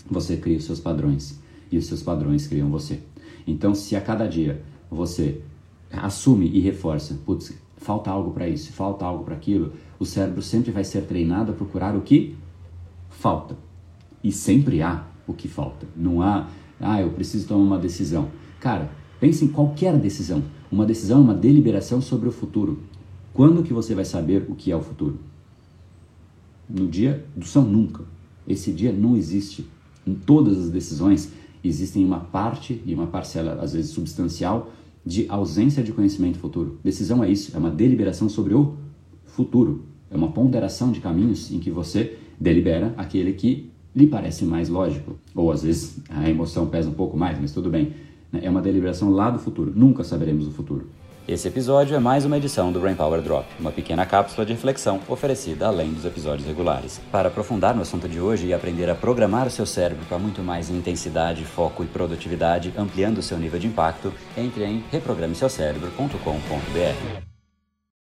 você cria os seus padrões e os seus padrões criam você. Então, se a cada dia você assume e reforça, putz, falta algo para isso, falta algo para aquilo, o cérebro sempre vai ser treinado a procurar o que falta. E sempre há o que falta. Não há, eu preciso tomar uma decisão. Cara, pense em qualquer decisão. Uma decisão é uma deliberação sobre o futuro. Quando que você vai saber o que é o futuro? No dia do São Nunca. Esse dia não existe. Em todas as decisões existem uma parte e uma parcela, às vezes substancial, de ausência de conhecimento futuro. Decisão é isso, é uma deliberação sobre o futuro. É uma ponderação de caminhos em que você delibera aquele que lhe parece mais lógico. Ou às vezes a emoção pesa um pouco mais, mas tudo bem. É uma deliberação lá do futuro. Nunca saberemos o futuro. Esse episódio é mais uma edição do Brain Power Drop, uma pequena cápsula de reflexão oferecida além dos episódios regulares. Para aprofundar no assunto de hoje e aprender a programar o seu cérebro para muito mais intensidade, foco e produtividade, ampliando o seu nível de impacto, entre em reprogrameseucerebro.com.br.